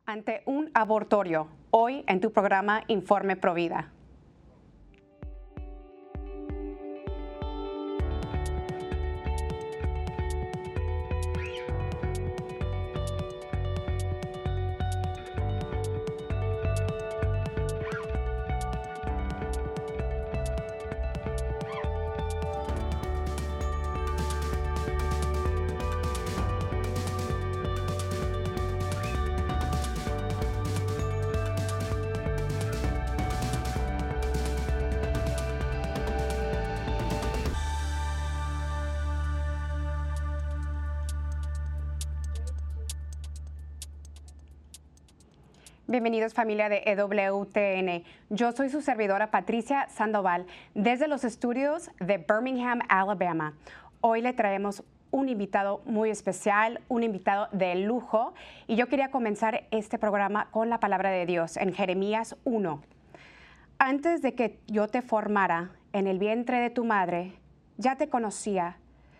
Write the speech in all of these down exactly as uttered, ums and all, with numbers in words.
ante un abortorio, hoy en tu programa Informe Provida. Bienvenidos familia de E W T N. Yo soy su servidora Patricia Sandoval desde los estudios de Birmingham, Alabama. Hoy le traemos un invitado muy especial, un invitado de lujo, y yo quería comenzar este programa con la palabra de Dios en Jeremías uno. Antes de que yo te formara en el vientre de tu madre, ya te conocía.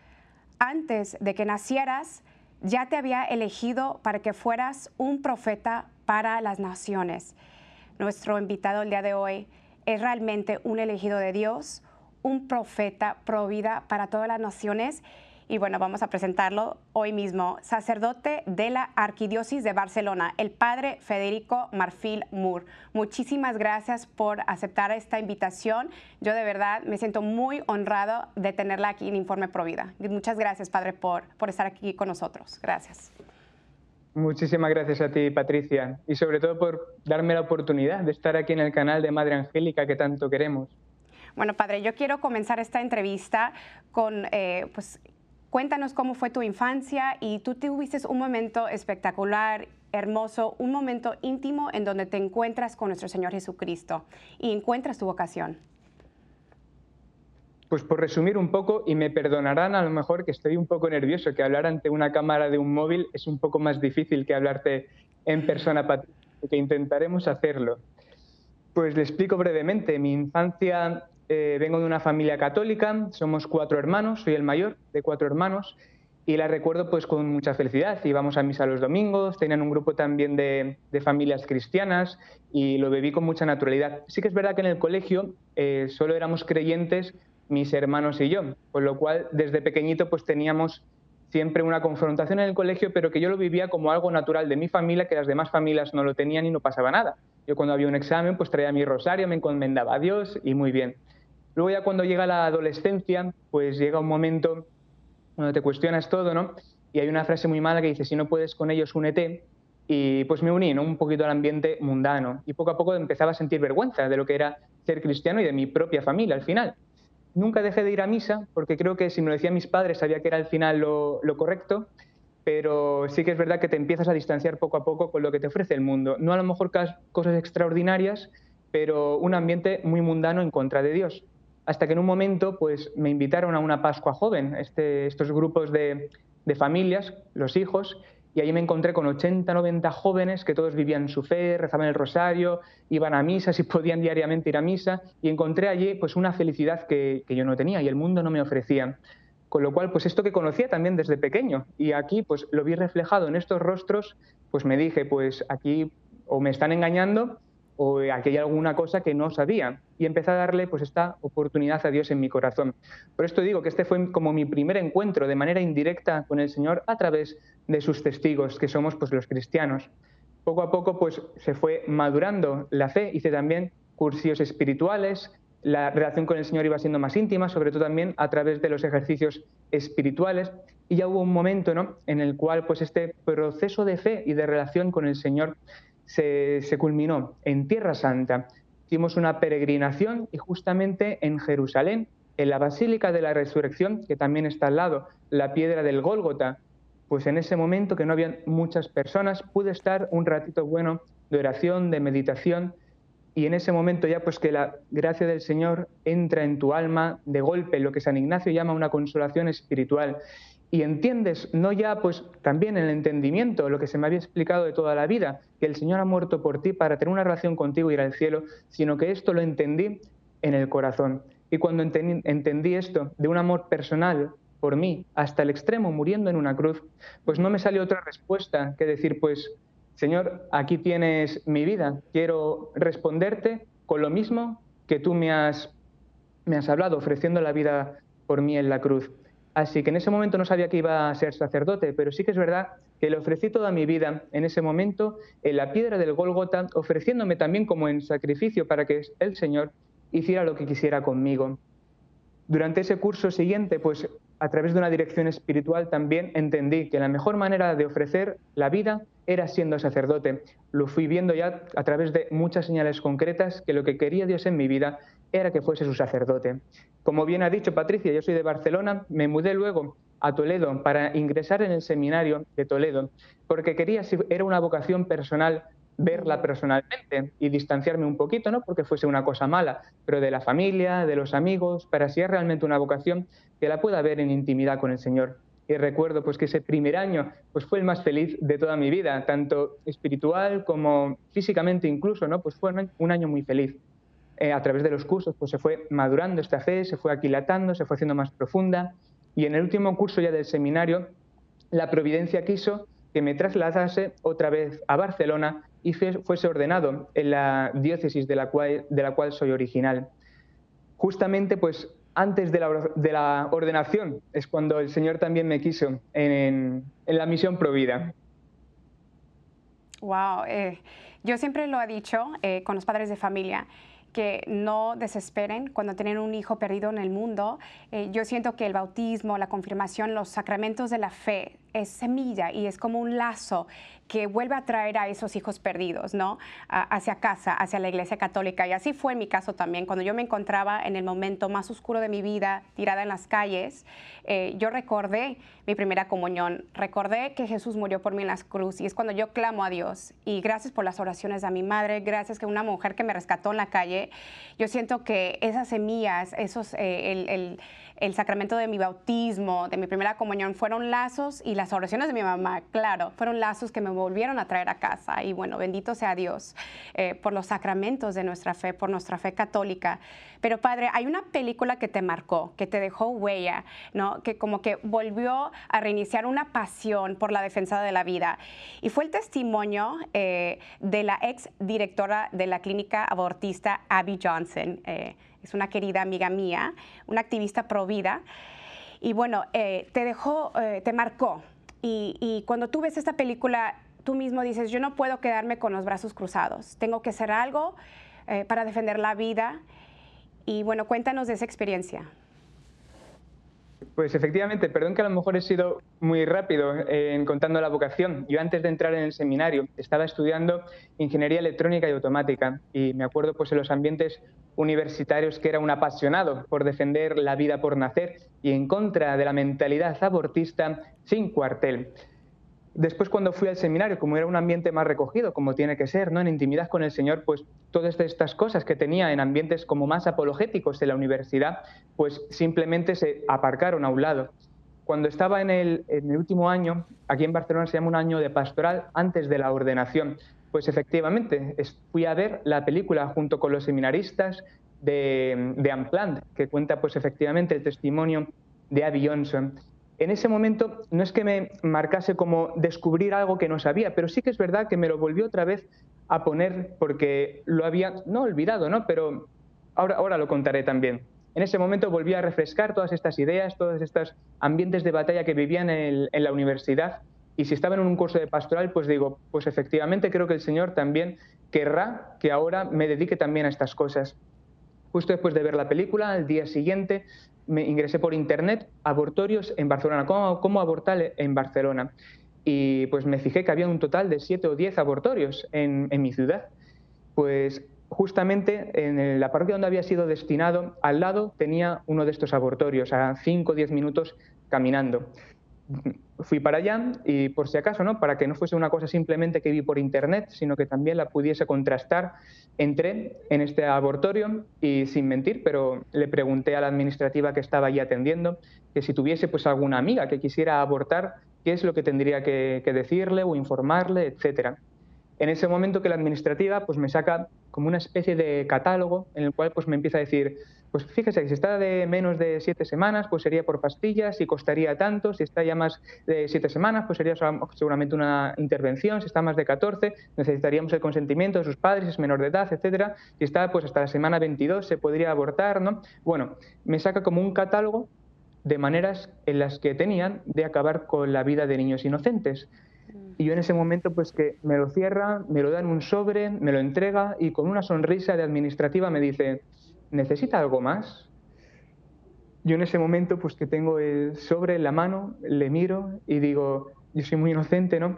Antes de que nacieras, ya te había elegido para que fueras un profeta para las naciones. Nuestro invitado el día de hoy es realmente un elegido de Dios, un profeta pro vida para todas las naciones. Y bueno, vamos a presentarlo hoy mismo, sacerdote de la Arquidiócesis de Barcelona, el padre Federico Marfil Moore. Muchísimas gracias por aceptar esta invitación. Yo de verdad me siento muy honrado de tenerla aquí en Informe Provida. Muchas gracias, padre, por, por estar aquí con nosotros. Gracias. Muchísimas gracias a ti, Patricia, y sobre todo por darme la oportunidad de estar aquí en el canal de Madre Angélica que tanto queremos. Bueno, padre, yo quiero comenzar esta entrevista con, eh, pues, cuéntanos cómo fue tu infancia y tú tuviste un momento espectacular, hermoso, un momento íntimo en donde te encuentras con nuestro Señor Jesucristo y encuentras tu vocación. Pues por resumir un poco, y me perdonarán a lo mejor que estoy un poco nervioso, que hablar ante una cámara de un móvil es un poco más difícil que hablarte en persona, Patricia, que intentaremos hacerlo. Pues le explico brevemente. Mi infancia, eh, vengo de una familia católica, somos cuatro hermanos, soy el mayor de cuatro hermanos, y la recuerdo pues con mucha felicidad. Íbamos a misa los domingos, tenían un grupo también de, de familias cristianas y lo viví con mucha naturalidad. Sí que es verdad que en el colegio eh, solo éramos creyentes mis hermanos y yo, con lo cual desde pequeñito pues teníamos siempre una confrontación en el colegio, pero que yo lo vivía como algo natural de mi familia, que las demás familias no lo tenían y no pasaba nada. Yo cuando había un examen pues traía mi rosario, me encomendaba a Dios y muy bien. Luego ya cuando llega la adolescencia, pues llega un momento cuando te cuestionas todo, ¿no? Y hay una frase muy mala que dice, si no puedes con ellos, únete. Y pues me uní, ¿no? Un poquito al ambiente mundano. Y poco a poco empezaba a sentir vergüenza de lo que era ser cristiano y de mi propia familia al final. Nunca dejé de ir a misa, porque creo que si me lo decían mis padres sabía que era al final lo, lo correcto, pero sí que es verdad que te empiezas a distanciar poco a poco con lo que te ofrece el mundo. No a lo mejor cosas extraordinarias, pero un ambiente muy mundano en contra de Dios. Hasta que en un momento pues, me invitaron a una Pascua joven, este, estos grupos de, de familias, los hijos, y allí me encontré con ochenta, noventa jóvenes que todos vivían su fe, rezaban el rosario, iban a misa, si podían diariamente ir a misa, y encontré allí pues, una felicidad que, que yo no tenía y el mundo no me ofrecía. Con lo cual, pues esto que conocía también desde pequeño, y aquí pues lo vi reflejado en estos rostros, pues me dije, pues aquí o me están engañando o aquí hay alguna cosa que no sabía, y empecé a darle pues esta oportunidad a Dios en mi corazón. Por esto digo que este fue como mi primer encuentro de manera indirecta con el Señor a través de sus testigos, que somos pues los cristianos. Poco a poco pues se fue madurando la fe, hice también cursillos espirituales, la relación con el Señor iba siendo más íntima, sobre todo también a través de los ejercicios espirituales, y ya hubo un momento, ¿no?, en el cual pues este proceso de fe y de relación con el Señor se, se culminó en Tierra Santa. Hicimos una peregrinación y justamente en Jerusalén, en la Basílica de la Resurrección, que también está al lado, la piedra del Gólgota, pues en ese momento que no había muchas personas, pude estar un ratito bueno de oración, de meditación, y en ese momento ya pues que la gracia del Señor entra en tu alma de golpe, lo que San Ignacio llama una consolación espiritual, y entiendes, no ya pues también en el entendimiento, lo que se me había explicado de toda la vida, que el Señor ha muerto por ti para tener una relación contigo y ir al cielo, sino que esto lo entendí en el corazón. Y cuando entendí, entendí esto de un amor personal por mí, hasta el extremo, muriendo en una cruz, pues no me salió otra respuesta que decir, pues Señor, aquí tienes mi vida, quiero responderte con lo mismo que tú me has, me has hablado, ofreciendo la vida por mí en la cruz. Así que en ese momento no sabía que iba a ser sacerdote, pero sí que es verdad que le ofrecí toda mi vida en ese momento en la piedra del Gólgota, ofreciéndome también como en sacrificio para que el Señor hiciera lo que quisiera conmigo. Durante ese curso siguiente, pues a través de una dirección espiritual también entendí que la mejor manera de ofrecer la vida era siendo sacerdote. Lo fui viendo ya a través de muchas señales concretas que lo que quería Dios en mi vida era que fuese su sacerdote. Como bien ha dicho Patricia, yo soy de Barcelona, me mudé luego a Toledo para ingresar en el seminario de Toledo, porque quería, si era una vocación personal, verla personalmente y distanciarme un poquito, no porque fuese una cosa mala, pero de la familia, de los amigos, para si es realmente una vocación, que la pueda ver en intimidad con el Señor. Y recuerdo pues que ese primer año pues fue el más feliz de toda mi vida, tanto espiritual como físicamente incluso, ¿no? Pues fue un año muy feliz. Eh, a través de los cursos pues se fue madurando esta fe, se fue aquilatando, se fue haciendo más profunda, y en el último curso ya del seminario la providencia quiso que me trasladase otra vez a Barcelona y fuese ordenado en la diócesis de la cual, de la cual soy original. Justamente pues antes de la, de la ordenación es cuando el Señor también me quiso en, en la misión Provida. Wow, eh, yo siempre lo he dicho eh, con los padres de familia, que no desesperen cuando tienen un hijo perdido en el mundo. Eh, yo siento que el bautismo, la confirmación, los sacramentos de la fe es semilla y es como un lazo que vuelve a traer a esos hijos perdidos, ¿no? A, hacia casa, hacia la Iglesia Católica. Y así fue en mi caso también. Cuando yo me encontraba en el momento más oscuro de mi vida, tirada en las calles, eh, yo recordé mi primera comunión, recordé que Jesús murió por mí en la cruz, y es cuando yo clamo a Dios. Y gracias por las oraciones de mi madre, gracias que una mujer que me rescató en la calle, yo siento que esas semillas, esos, eh, el, el, el sacramento de mi bautismo, de mi primera comunión, fueron lazos, y las oraciones de mi mamá, claro, fueron lazos que me volvieron a traer a casa. Y bueno, bendito sea Dios eh, por los sacramentos de nuestra fe, por nuestra fe católica. Pero Padre, hay una película que te marcó, que te dejó huella, ¿no? Que como que volvió a reiniciar una pasión por la defensa de la vida. Y fue el testimonio eh, de la ex directora de la clínica abortista, Abby Johnson. Eh, es una querida amiga mía, una activista pro vida. Y bueno, eh, te dejó, eh, te marcó. Y, y cuando tú ves esta película, tú mismo dices, yo no puedo quedarme con los brazos cruzados. Tengo que hacer algo eh, para defender la vida. Y bueno, cuéntanos de esa experiencia. Pues efectivamente, perdón que a lo mejor he sido muy rápido eh, en contando la vocación. Yo antes de entrar en el seminario estaba estudiando Ingeniería Electrónica y Automática, y me acuerdo pues en los ambientes universitarios que era un apasionado por defender la vida por nacer y en contra de la mentalidad abortista sin cuartel. Después, cuando fui al seminario, como era un ambiente más recogido, como tiene que ser, ¿no? En intimidad con el Señor, pues todas estas cosas que tenía en ambientes como más apologéticos de la universidad, pues simplemente se aparcaron a un lado. Cuando estaba en el, en el último año, aquí en Barcelona se llama un año de pastoral antes de la ordenación, pues efectivamente fui a ver la película junto con los seminaristas de, de Unplanned, que cuenta pues efectivamente el testimonio de Abby Johnson. En ese momento no es que me marcase como descubrir algo que no sabía, pero sí que es verdad que me lo volvió otra vez a poner porque lo había, no olvidado, ¿no? Pero ahora, ahora lo contaré también. En ese momento volví a refrescar todas estas ideas, todos estos ambientes de batalla que vivían en, en la universidad, y si estaba en un curso de pastoral, pues digo, pues efectivamente creo que el Señor también querrá que ahora me dedique también a estas cosas. Justo después de ver la película, al día siguiente, me ingresé por internet abortorios en Barcelona, cómo, cómo abortar en Barcelona. Y pues me fijé que había un total de siete o diez abortorios en, en mi ciudad. Pues justamente en la parroquia donde había sido destinado, al lado tenía uno de estos abortorios, a cinco o diez minutos caminando. Fui para allá y por si acaso, ¿no? Para que no fuese una cosa simplemente que vi por internet, sino que también la pudiese contrastar, entré en este abortorio y, sin mentir, pero le pregunté a la administrativa que estaba allí atendiendo que si tuviese pues alguna amiga que quisiera abortar, qué es lo que tendría que, que decirle o informarle, etcétera. En ese momento que la administrativa pues me saca como una especie de catálogo en el cual pues me empieza a decir, pues fíjese que si está de menos de siete semanas, pues sería por pastillas y costaría tanto. Si está ya más de siete semanas, pues sería seguramente una intervención. Si está más de catorce, necesitaríamos el consentimiento de sus padres, si es menor de edad, etcétera. Si está pues hasta la semana veintidós, se podría abortar, ¿no? Bueno, me saca como un catálogo de maneras en las que tenían de acabar con la vida de niños inocentes. Y yo en ese momento, pues que me lo cierra, me lo da en un sobre, me lo entrega y con una sonrisa de administrativa me dice, ¿necesita algo más? Yo en ese momento, pues que tengo el sobre en la mano, le miro y digo, yo soy muy inocente, ¿no?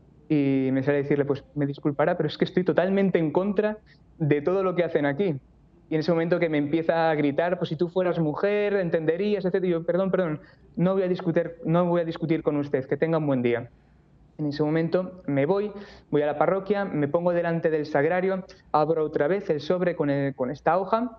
Y me sale a decirle, pues me disculpará, pero es que estoy totalmente en contra de todo lo que hacen aquí. Y en ese momento que me empieza a gritar, pues si tú fueras mujer, entenderías, etcétera. Y yo, perdón, perdón, no voy a discutir, no voy a discutir con usted, que tenga un buen día. En ese momento me voy, voy a la parroquia, me pongo delante del sagrario, abro otra vez el sobre con, el, con esta hoja,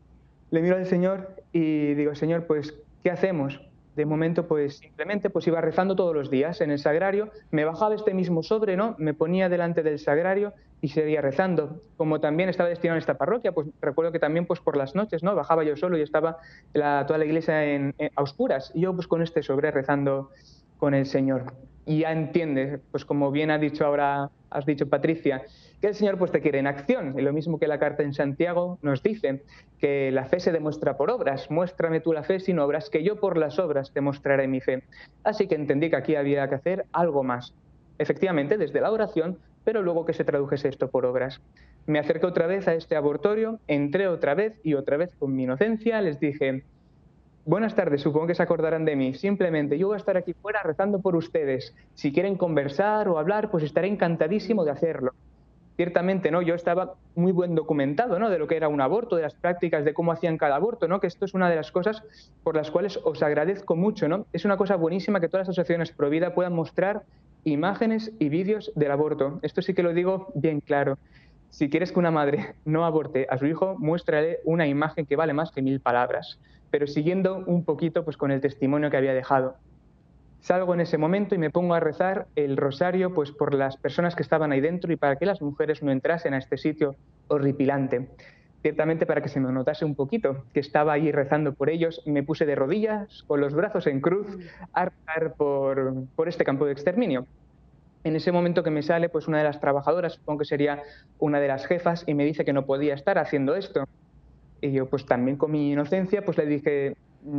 le miro al Señor y digo, Señor, pues, ¿qué hacemos? De momento, pues, simplemente pues iba rezando todos los días en el sagrario, me bajaba este mismo sobre, ¿no? Me ponía delante del sagrario y seguía rezando. Como también estaba destinado a esta parroquia, pues recuerdo que también pues por las noches, ¿no? Bajaba yo solo y estaba la, toda la iglesia en, en, a oscuras y yo pues con este sobre rezando con el Señor. Y ya entiendes, pues como bien ha dicho ahora, has dicho Patricia, que el Señor pues te quiere en acción. Y lo mismo que la carta en Santiago nos dice, que la fe se demuestra por obras. Muéstrame tú la fe sin obras, que yo por las obras te mostraré mi fe. Así que entendí que aquí había que hacer algo más. Efectivamente, desde la oración, pero luego que se tradujese esto por obras. Me acerqué otra vez a este abortorio, entré otra vez y otra vez con mi inocencia les dije, buenas tardes, supongo que se acordarán de mí. Simplemente yo voy a estar aquí fuera rezando por ustedes. Si quieren conversar o hablar, pues estaré encantadísimo de hacerlo. Ciertamente, ¿no? Yo estaba muy buen documentado, ¿no? De lo que era un aborto, de las prácticas, de cómo hacían cada aborto, ¿no? Que esto es una de las cosas por las cuales os agradezco mucho, ¿no? Es una cosa buenísima que todas las asociaciones pro vida puedan mostrar imágenes y vídeos del aborto. Esto sí que lo digo bien claro. Si quieres que una madre no aborte a su hijo, muéstrale una imagen que vale más que mil palabras, pero siguiendo un poquito pues, con el testimonio que había dejado. Salgo en ese momento y me pongo a rezar el rosario pues, por las personas que estaban ahí dentro y para que las mujeres no entrasen a este sitio horripilante. Ciertamente para que se me notase un poquito que estaba allí rezando por ellos, me puse de rodillas, con los brazos en cruz, a rezar por, por este campo de exterminio. En ese momento que me sale pues una de las trabajadoras, supongo que sería una de las jefas, y me dice que no podía estar haciendo esto. Y yo pues también con mi inocencia pues le dije,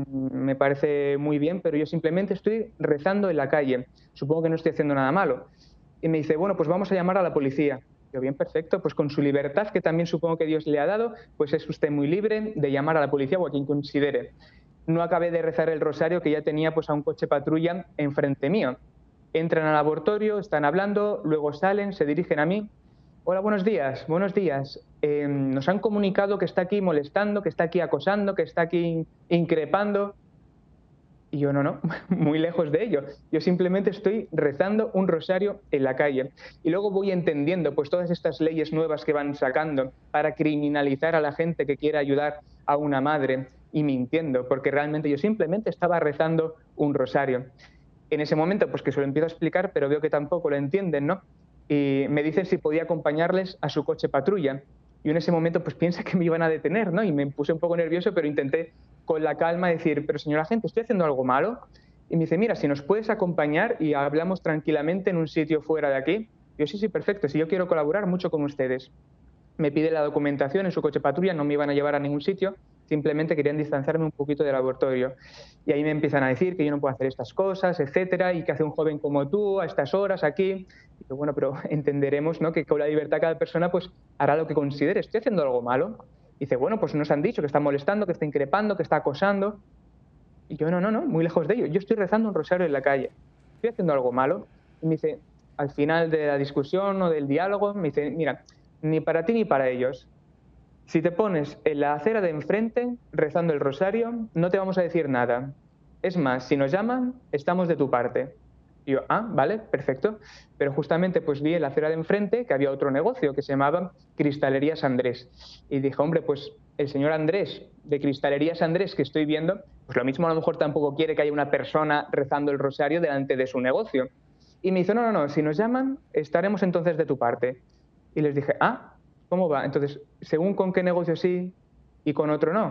me parece muy bien, pero yo simplemente estoy rezando en la calle. Supongo que no estoy haciendo nada malo. Y me dice, bueno, pues vamos a llamar a la policía. Yo, bien, perfecto, pues con su libertad, que también supongo que Dios le ha dado, pues es usted muy libre de llamar a la policía o a quien considere. No acabé de rezar el rosario que ya tenía pues a un coche patrulla enfrente mío. Entran al abortorio, están hablando, luego salen, se dirigen a mí. Hola, buenos días, buenos días. Eh, nos han comunicado que está aquí molestando, que está aquí acosando, que está aquí increpando. Y yo, no, no, muy lejos de ello. Yo simplemente estoy rezando un rosario en la calle. Y luego voy entendiendo pues todas estas leyes nuevas que van sacando para criminalizar a la gente que quiera ayudar a una madre y mintiendo, porque realmente yo simplemente estaba rezando un rosario. En ese momento, pues que se lo empiezo a explicar, pero veo que tampoco lo entienden, ¿no? Y me dicen si podía acompañarles a su coche patrulla. Y en ese momento, pues piensa que me iban a detener, ¿no? Y me puse un poco nervioso, pero intenté con la calma decir, pero señora agente, ¿estoy haciendo algo malo? Y me dice, mira, si nos puedes acompañar y hablamos tranquilamente en un sitio fuera de aquí. Yo, sí, sí, perfecto, si yo quiero colaborar mucho con ustedes. Me pide la documentación en su coche patrulla, no me iban a llevar a ningún sitio, simplemente querían distanciarme un poquito del laboratorio. Y ahí me empiezan a decir que yo no puedo hacer estas cosas, etcétera, y que hace un joven como tú a estas horas aquí. Y que, bueno, pero entenderemos, ¿no?, que con la libertad cada persona pues hará lo que considere. ¿Estoy haciendo algo malo? Y dice, bueno, pues nos han dicho que está molestando, que está increpando, que está acosando. Y yo, no, no, no, muy lejos de ello. Yo estoy rezando un rosario en la calle. ¿Estoy haciendo algo malo? Y me dice, al final de la discusión o del diálogo, me dice, mira, ni para ti ni para ellos. Si te pones en la acera de enfrente rezando el rosario, no te vamos a decir nada. Es más, si nos llaman, estamos de tu parte. Y yo, ah, vale, perfecto. Pero justamente pues vi en la acera de enfrente que había otro negocio que se llamaba Cristalerías Andrés. Y dije, hombre, pues el señor Andrés de Cristalerías Andrés que estoy viendo, pues lo mismo a lo mejor tampoco quiere que haya una persona rezando el rosario delante de su negocio. Y me dice, no, no, no, si nos llaman, estaremos entonces de tu parte. Y les dije, ah, ¿cómo va? Entonces, según con qué negocio sí y con otro no.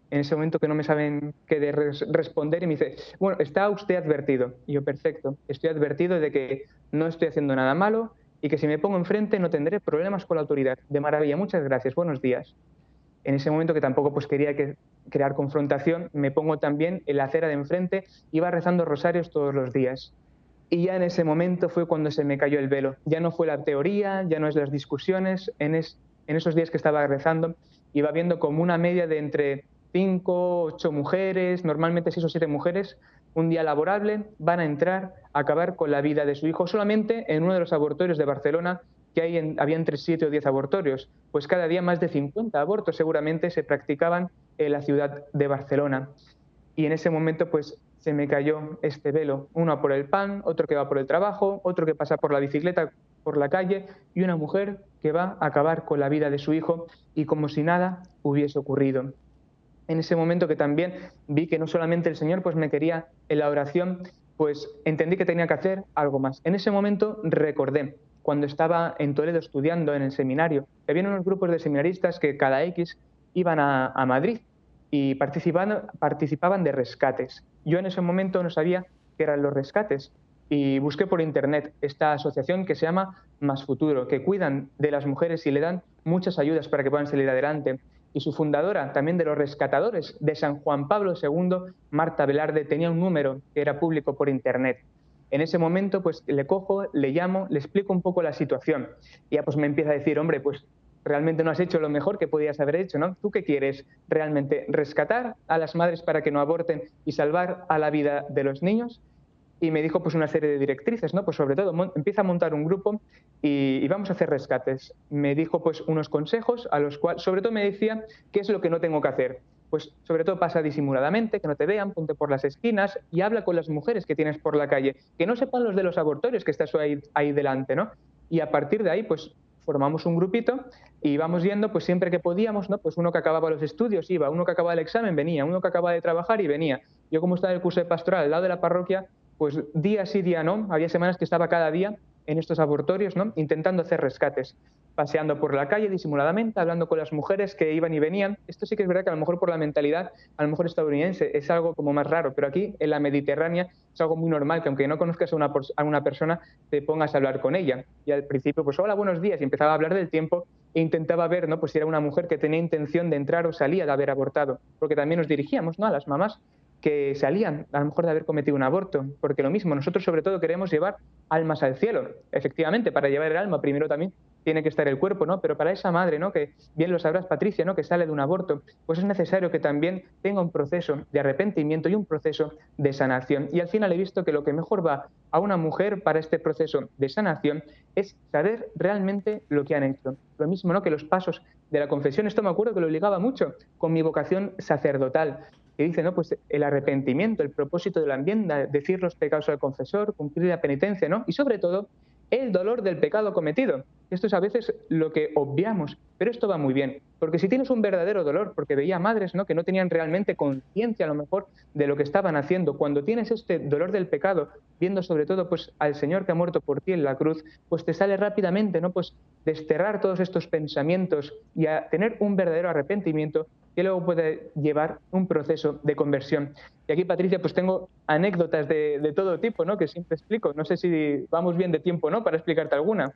en ese momento que no me saben qué de res responder y me dice, bueno, está usted advertido. Y yo, perfecto, estoy advertido de que no estoy haciendo nada malo y que si me pongo enfrente no tendré problemas con la autoridad. De maravilla, muchas gracias, buenos días. En ese momento, que tampoco pues quería que, crear confrontación, me pongo también en la acera de enfrente, iba rezando rosarios todos los días. Y ya en ese momento fue cuando se me cayó el velo. Ya no fue la teoría, ya no es las discusiones. En, es, en esos días que estaba rezando, iba viendo como una media de entre cinco, ocho mujeres, normalmente seis o siete mujeres, un día laborable, van a entrar a acabar con la vida de su hijo solamente en uno de los abortorios de Barcelona, que hay en, había entre siete o diez abortorios. Pues cada día más de cincuenta abortos seguramente se practicaban en la ciudad de Barcelona. Y en ese momento pues se me cayó este velo, uno por el pan, otro que va por el trabajo, otro que pasa por la bicicleta por la calle y una mujer que va a acabar con la vida de su hijo y como si nada hubiese ocurrido. En ese momento que también vi que no solamente el Señor pues me quería en la oración, pues entendí que tenía que hacer algo más. En ese momento recordé cuando estaba en Toledo estudiando en el seminario, que había unos grupos de seminaristas que cada X iban a, a Madrid y participaban, participaban de rescates. Yo en ese momento no sabía qué eran los rescates y busqué por internet esta asociación que se llama Más Futuro, que cuidan de las mujeres y le dan muchas ayudas para que puedan salir adelante. Y su fundadora, también de los rescatadores de San Juan Pablo segundo, Marta Velarde, tenía un número que era público por internet. En ese momento, pues le cojo, le llamo, le explico un poco la situación. Y ya pues me empieza a decir, hombre, pues realmente no has hecho lo mejor que podías haber hecho, ¿no? ¿Tú qué quieres? ¿Realmente rescatar a las madres para que no aborten y salvar a la vida de los niños? Y me dijo pues una serie de directrices, ¿no? Pues sobre todo empieza a montar un grupo y, y vamos a hacer rescates. Me dijo pues unos consejos a los cuales, sobre todo me decía qué es lo que no tengo que hacer. Pues sobre todo pasa disimuladamente, que no te vean, ponte por las esquinas y habla con las mujeres que tienes por la calle, que no sepan los de los abortorios que estás ahí, ahí delante, ¿no? Y a partir de ahí pues formamos un grupito y vamos yendo pues siempre que podíamos, ¿no? Pues uno que acababa los estudios iba, uno que acababa el examen venía, uno que acababa de trabajar y venía. Yo como estaba en el curso de pastoral al lado de la parroquia, pues día sí, día no, había semanas que estaba cada día en estos abortorios, ¿no? Intentando hacer rescates, paseando por la calle disimuladamente, hablando con las mujeres que iban y venían. Esto sí que es verdad que a lo mejor por la mentalidad, a lo mejor estadounidense, es algo como más raro, pero aquí en la Mediterránea es algo muy normal, que aunque no conozcas a una, a una persona, te pongas a hablar con ella. Y al principio, pues hola, buenos días, y empezaba a hablar del tiempo e intentaba ver, ¿no? Pues si era una mujer que tenía intención de entrar o salía de haber abortado, porque también nos dirigíamos, ¿no? A las mamás que salían a lo mejor de haber cometido un aborto, porque lo mismo, nosotros sobre todo queremos llevar almas al cielo. Efectivamente, para llevar el alma primero también tiene que estar el cuerpo, ¿no? Pero para esa madre, ¿no? Que bien lo sabrás, Patricia, ¿no? Que sale de un aborto, pues es necesario que también tenga un proceso de arrepentimiento y un proceso de sanación. Y al final he visto que lo que mejor va a una mujer para este proceso de sanación es saber realmente lo que han hecho. Lo mismo, ¿no? Que los pasos de la confesión. Esto me acuerdo que lo ligaba mucho con mi vocación sacerdotal, que dice, ¿no? Pues el arrepentimiento, el propósito de la enmienda, decir los pecados al confesor, cumplir la penitencia, ¿no? Y sobre todo, el dolor del pecado cometido. Esto es a veces lo que obviamos, pero esto va muy bien, porque si tienes un verdadero dolor, porque veía madres, ¿no? Que no tenían realmente conciencia a lo mejor de lo que estaban haciendo, cuando tienes este dolor del pecado, viendo sobre todo pues al Señor que ha muerto por ti en la cruz, pues te sale rápidamente, ¿no? Pues desterrar todos estos pensamientos y a tener un verdadero arrepentimiento que luego puede llevar un proceso de conversión. Y aquí, Patricia, pues tengo anécdotas de, de todo tipo, ¿no? Que siempre explico. No sé si vamos bien de tiempo, ¿no? Para explicarte alguna.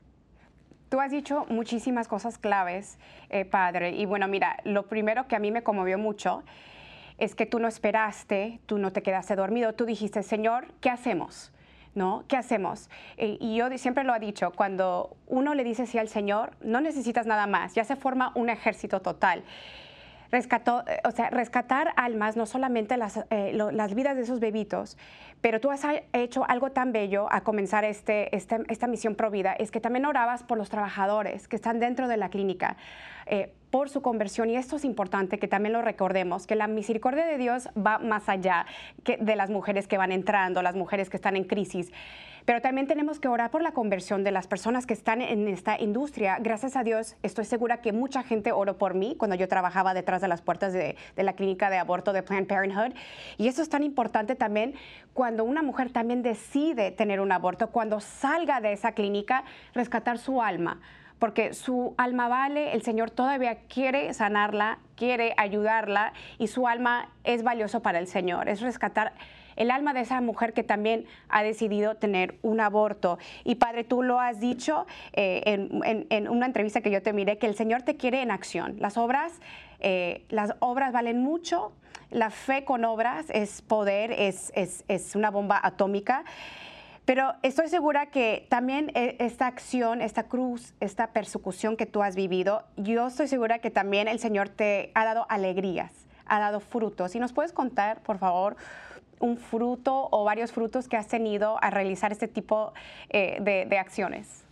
Tú has dicho muchísimas cosas claves, eh, padre. Y bueno, mira, lo primero que a mí me conmovió mucho es que tú no esperaste, tú no te quedaste dormido, tú dijiste, Señor, ¿qué hacemos? ¿No? ¿Qué hacemos? Eh, y yo siempre lo he dicho, cuando uno le dice sí al Señor, no necesitas nada más, ya se forma un ejército total. Rescató, o sea, rescatar almas, no solamente las, eh, lo, las vidas de esos bebitos, pero tú has hecho algo tan bello a comenzar este, este, esta misión Provida, es que también orabas por los trabajadores que están dentro de la clínica, eh, por su conversión, y esto es importante que también lo recordemos, que la misericordia de Dios va más allá que de las mujeres que van entrando, las mujeres que están en crisis, pero también tenemos que orar por la conversión de las personas que están en esta industria. Gracias a Dios, estoy segura que mucha gente oró por mí cuando yo trabajaba detrás de las puertas de, de la clínica de aborto de Planned Parenthood, y eso es tan importante también cuando una mujer también decide tener un aborto, cuando salga de esa clínica, rescatar su alma, porque su alma vale, el Señor todavía quiere sanarla, quiere ayudarla y su alma es valioso para el Señor. Es rescatar el alma de esa mujer que también ha decidido tener un aborto. Y Padre, tú lo has dicho eh, en, en, en una entrevista que yo te miré, que el Señor te quiere en acción. Las obras, eh, las obras valen mucho, la fe con obras es poder, es, es, es una bomba atómica. Pero estoy segura que también esta acción, esta cruz, esta persecución que tú has vivido, yo estoy segura que también el Señor te ha dado alegrías, ha dado frutos. ¿Y nos puedes contar, por favor, un fruto o varios frutos que has tenido al realizar este tipo eh, de, de acciones?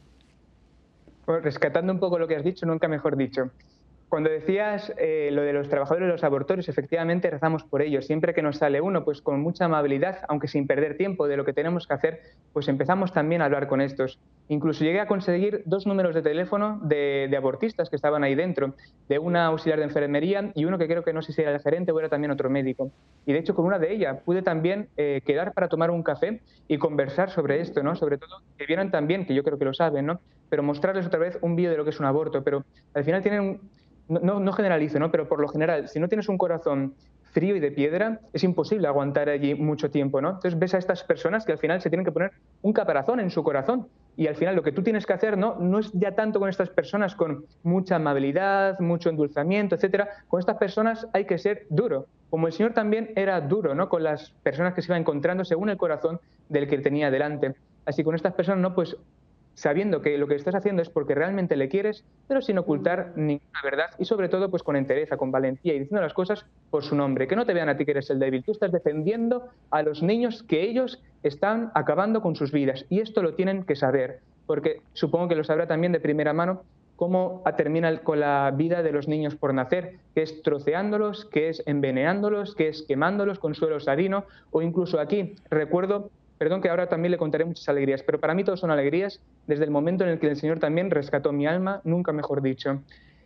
Pues rescatando un poco lo que has dicho, nunca mejor dicho. Cuando decías eh, lo de los trabajadores de los abortorios, efectivamente rezamos por ellos. Siempre que nos sale uno, pues con mucha amabilidad, aunque sin perder tiempo de lo que tenemos que hacer, pues empezamos también a hablar con estos. Incluso llegué a conseguir dos números de teléfono de, de abortistas que estaban ahí dentro, de una auxiliar de enfermería y uno que creo que no sé si era el gerente o era también otro médico. Y de hecho con una de ellas pude también eh, quedar para tomar un café y conversar sobre esto, ¿no? Sobre todo que vieron también, que yo creo que lo saben, ¿no? Pero mostrarles otra vez un vídeo de lo que es un aborto. Pero al final tienen un... No, no generalizo, ¿no? Pero por lo general, si no tienes un corazón frío y de piedra, es imposible aguantar allí mucho tiempo, ¿no? Entonces ves a estas personas que al final se tienen que poner un caparazón en su corazón y al final lo que tú tienes que hacer no, no es ya tanto con estas personas con mucha amabilidad, mucho endulzamiento, etcétera. Con estas personas hay que ser duro, como el Señor también era duro, ¿no? Con las personas que se iba encontrando según el corazón del que tenía delante. Así con estas personas, ¿no? Pues sabiendo que lo que estás haciendo es porque realmente le quieres, pero sin ocultar ninguna verdad y sobre todo pues con entereza, con valentía y diciendo las cosas por su nombre, que no te vean a ti que eres el débil. Tú estás defendiendo a los niños que ellos están acabando con sus vidas y esto lo tienen que saber, porque supongo que lo sabrá también de primera mano cómo termina con la vida de los niños por nacer, que es troceándolos, que es envenenándolos, que es quemándolos con suelo salino o incluso aquí, recuerdo. Perdón que ahora también le contaré muchas alegrías, pero para mí todo son alegrías desde el momento en el que el Señor también rescató mi alma, nunca mejor dicho.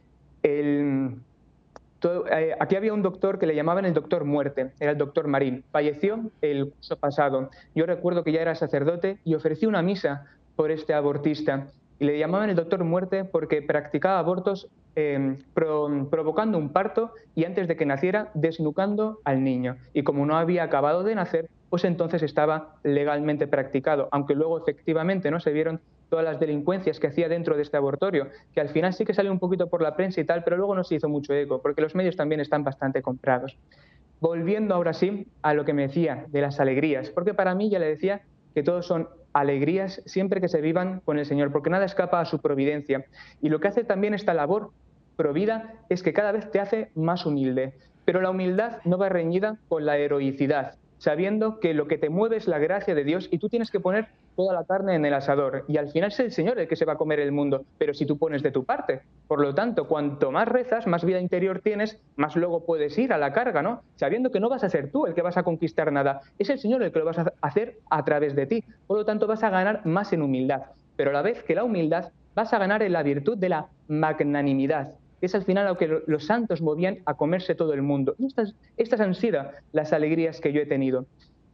El, todo, eh, aquí había un doctor que le llamaban el doctor muerte, era el doctor Marín. Falleció el curso pasado. Yo recuerdo que ya era sacerdote y ofrecí una misa por este abortista. Y le llamaban el doctor muerte porque practicaba abortos eh, pro, provocando un parto y antes de que naciera desnucando al niño. Y como no había acabado de nacer, pues entonces estaba legalmente practicado, aunque luego efectivamente no se vieron todas las delincuencias que hacía dentro de este abortorio, que al final sí que salió un poquito por la prensa y tal, pero luego no se hizo mucho eco, porque los medios también están bastante comprados. Volviendo ahora sí a lo que me decía de las alegrías, porque para mí ya le decía que todos son alegrías siempre que se vivan con el Señor, porque nada escapa a su providencia. Y lo que hace también esta labor provida es que cada vez te hace más humilde, pero la humildad no va reñida con la heroicidad, sabiendo que lo que te mueve es la gracia de Dios y tú tienes que poner toda la carne en el asador. Y al final es el Señor el que se va a comer el mundo, pero si tú pones de tu parte. Por lo tanto, cuanto más rezas, más vida interior tienes, más luego puedes ir a la carga, ¿no? Sabiendo que no vas a ser tú el que vas a conquistar nada, es el Señor el que lo vas a hacer a través de ti. Por lo tanto, vas a ganar más en humildad. Pero a la vez que la humildad, vas a ganar en la virtud de la magnanimidad, que es al final lo que los santos movían a comerse todo el mundo. Y estas, estas han sido las alegrías que yo he tenido.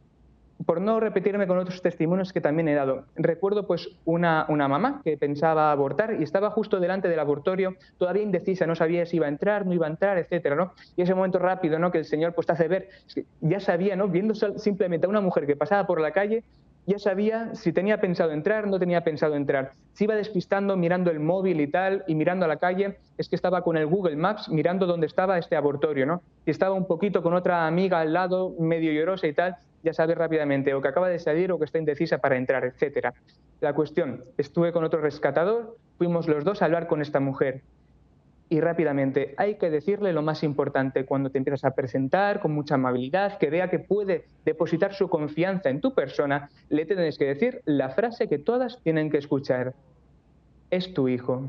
Por no repetirme con otros testimonios que también he dado, recuerdo pues una, una mamá que pensaba abortar y estaba justo delante del abortorio, todavía indecisa, no sabía si iba a entrar, no iba a entrar, etcétera, ¿no? Y ese momento rápido, ¿no? Que el Señor pues te hace ver, es que ya sabía, ¿no? Viendo simplemente a una mujer que pasaba por la calle, ya sabía si tenía pensado entrar, no tenía pensado entrar. Se iba despistando, mirando el móvil y tal, y mirando a la calle, es que estaba con el Google Maps mirando dónde estaba este abortorio, ¿no? Si estaba un poquito con otra amiga al lado, medio llorosa y tal, ya sabe rápidamente o que acaba de salir o que está indecisa para entrar, etcétera. La cuestión, estuve con otro rescatador, fuimos los dos a hablar con esta mujer. Y rápidamente, hay que decirle lo más importante cuando te empiezas a presentar con mucha amabilidad, que vea que puede depositar su confianza en tu persona, le tienes que decir la frase que todas tienen que escuchar. Es tu hijo.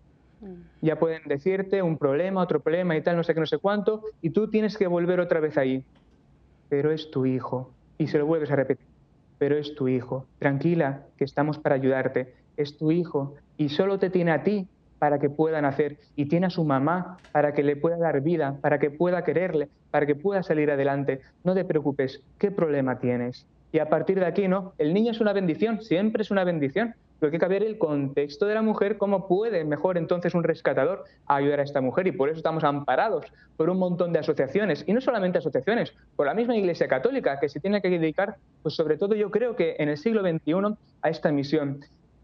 Ya pueden decirte un problema, otro problema y tal, no sé qué, no sé cuánto, y tú tienes que volver otra vez ahí. Pero es tu hijo. Y se lo vuelves a repetir. Pero es tu hijo. Tranquila, que estamos para ayudarte. Es tu hijo. Y solo te tiene a ti para que pueda nacer, y tiene a su mamá para que le pueda dar vida, para que pueda quererle, para que pueda salir adelante. No te preocupes, ¿qué problema tienes? Y a partir de aquí, ¿no? El niño es una bendición, siempre es una bendición, Pero hay que ver el contexto de la mujer, cómo puede mejor entonces un rescatador ayudar a esta mujer, y por eso estamos amparados por un montón de asociaciones, y no solamente asociaciones, por la misma Iglesia Católica, que se tiene que dedicar, pues sobre todo yo creo que en el siglo veintiuno, a esta misión.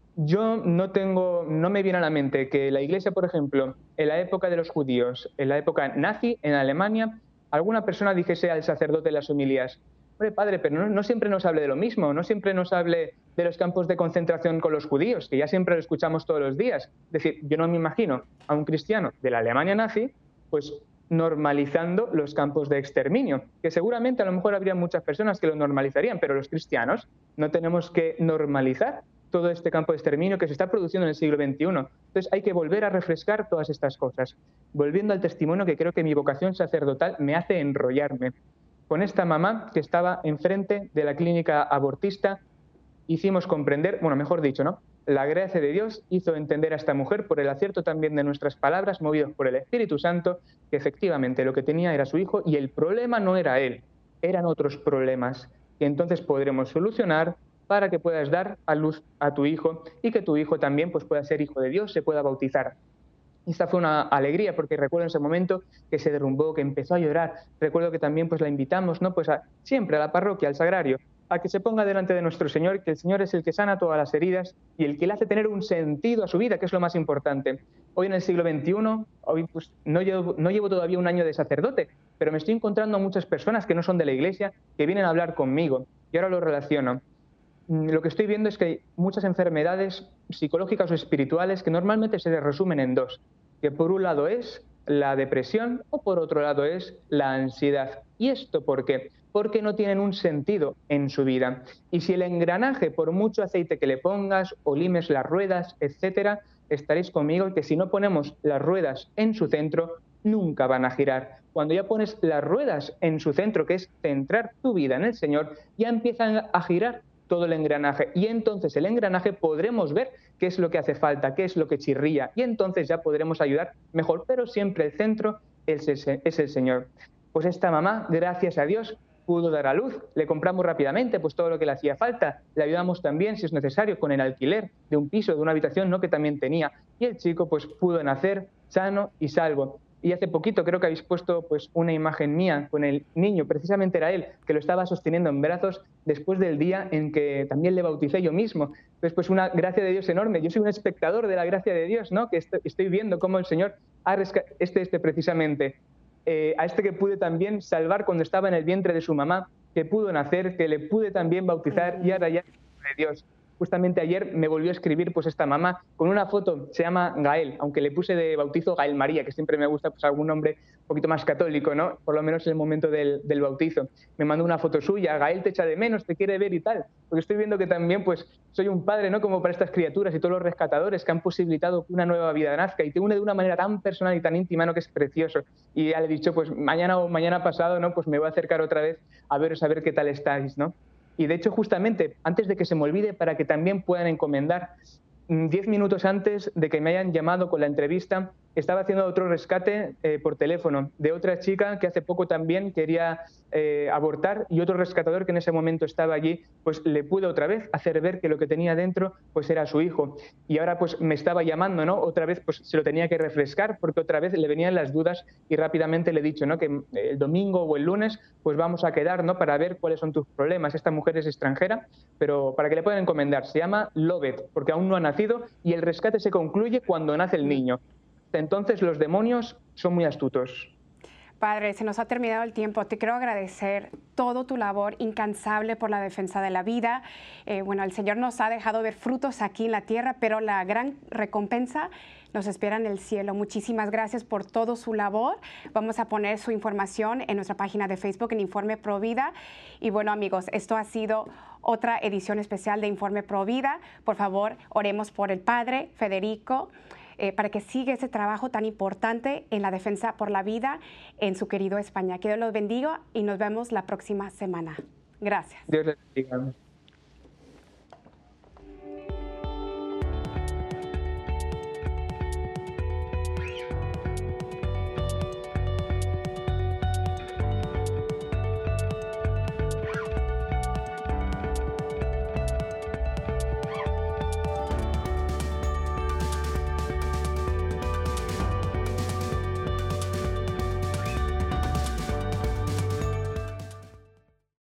Yo no tengo, no me viene a la mente que la Iglesia, por ejemplo, en la época de los judíos, en la época nazi, en Alemania, alguna persona dijese al sacerdote en las homilías: hombre, padre, pero no, no siempre nos hable de lo mismo, no siempre nos hable de los campos de concentración con los judíos, que ya siempre lo escuchamos todos los días. Es decir, yo no me imagino a un cristiano de la Alemania nazi, pues normalizando los campos de exterminio, que seguramente a lo mejor habría muchas personas que lo normalizarían, pero los cristianos no tenemos que normalizar todo este campo de exterminio que se está produciendo en el siglo veintiuno. Entonces hay que volver a refrescar todas estas cosas. Volviendo al testimonio, que creo que mi vocación sacerdotal me hace enrollarme. Con esta mamá que estaba enfrente de la clínica abortista, hicimos comprender, bueno, mejor dicho, ¿no? La gracia de Dios hizo entender a esta mujer, por el acierto también de nuestras palabras, movidos por el Espíritu Santo, que efectivamente lo que tenía era su hijo y el problema no era él, eran otros problemas que entonces podremos solucionar para que puedas dar a luz a tu hijo y que tu hijo también pues, pueda ser hijo de Dios, se pueda bautizar. Esta fue una alegría, porque recuerdo en ese momento que se derrumbó, que empezó a llorar. Recuerdo que también pues, la invitamos, ¿no? Pues a, siempre a la parroquia, al sagrario, a que se ponga delante de nuestro Señor, que el Señor es el que sana todas las heridas y el que le hace tener un sentido a su vida, que es lo más importante. Hoy en el siglo veintiuno, hoy pues, no, llevo, no llevo todavía un año de sacerdote, pero me estoy encontrando a muchas personas que no son de la Iglesia, que vienen a hablar conmigo, y ahora lo relaciono. Lo que estoy viendo es que hay muchas enfermedades psicológicas o espirituales que normalmente se resumen en dos, que por un lado es la depresión o por otro lado es la ansiedad. ¿Y esto por qué? Porque no tienen un sentido en su vida. Y si el engranaje, por mucho aceite que le pongas o limes las ruedas, etcétera, estaréis conmigo que si no ponemos las ruedas en su centro, nunca van a girar. Cuando ya pones las ruedas en su centro, que es centrar tu vida en el Señor, ya empiezan a girar todo el engranaje, y entonces el engranaje podremos ver qué es lo que hace falta, qué es lo que chirría, y entonces ya podremos ayudar mejor, pero siempre el centro es el, es el Señor. Pues esta mamá, gracias a Dios, pudo dar a luz, le compramos rápidamente pues todo lo que le hacía falta, le ayudamos también, si es necesario, con el alquiler de un piso, de una habitación, ¿no?, que también tenía, y el chico pues pudo nacer sano y salvo. Y hace poquito creo que habéis puesto pues una imagen mía con el niño, precisamente era él, que lo estaba sosteniendo en brazos después del día en que también le bauticé yo mismo. Entonces, pues una gracia de Dios enorme. Yo soy un espectador de la gracia de Dios, ¿no?, que estoy viendo cómo el Señor ha rescatado este, este precisamente, eh, a este que pude también salvar cuando estaba en el vientre de su mamá, que pudo nacer, que le pude también bautizar, y ahora ya es de Dios. Justamente ayer me volvió a escribir pues esta mamá con una foto, se llama Gael, aunque le puse de bautizo Gael María, que siempre me gusta pues algún nombre un poquito más católico, ¿no?, por lo menos en el momento del, del bautizo. Me mandó una foto suya: Gael te echa de menos, te quiere ver y tal, porque estoy viendo que también pues soy un padre, ¿no?, como para estas criaturas y todos los rescatadores que han posibilitado que una nueva vida nazca, y te une de una manera tan personal y tan íntima, ¿no?, que es precioso. Y ya le he dicho, pues mañana o mañana pasado, ¿no?, pues me voy a acercar otra vez a veros, a ver qué tal estáis, ¿no? Y de hecho, justamente, antes de que se me olvide, para que también puedan encomendar, diez minutos antes de que me hayan llamado con la entrevista, estaba haciendo otro rescate eh, por teléfono de otra chica que hace poco también quería eh, abortar, y otro rescatador que en ese momento estaba allí, pues le pudo otra vez hacer ver que lo que tenía dentro pues era su hijo. Y ahora pues me estaba llamando, ¿no?, otra vez pues se lo tenía que refrescar, porque otra vez le venían las dudas, y rápidamente le he dicho, ¿no?, que el domingo o el lunes pues vamos a quedar, ¿no?, para ver cuáles son tus problemas. Esta mujer es extranjera, pero para que le puedan encomendar, se llama Lovet, porque aún no ha nacido, y el rescate se concluye cuando nace el niño. Entonces los demonios son muy astutos. Padre, se nos ha terminado el tiempo. Te quiero agradecer todo tu labor incansable por la defensa de la vida. Eh, bueno, el Señor nos ha dejado ver frutos aquí en la tierra, pero la gran recompensa nos espera en el cielo. Muchísimas gracias por todo su labor. Vamos a poner su información en nuestra página de Facebook, en Informe Provida. Y bueno, amigos, esto ha sido otra edición especial de Informe Provida. Por favor, oremos por el Padre Federico, Eh, para que siga ese trabajo tan importante en la defensa por la vida en su querido España. Que Dios los bendiga y nos vemos la próxima semana. Gracias. Dios les bendiga.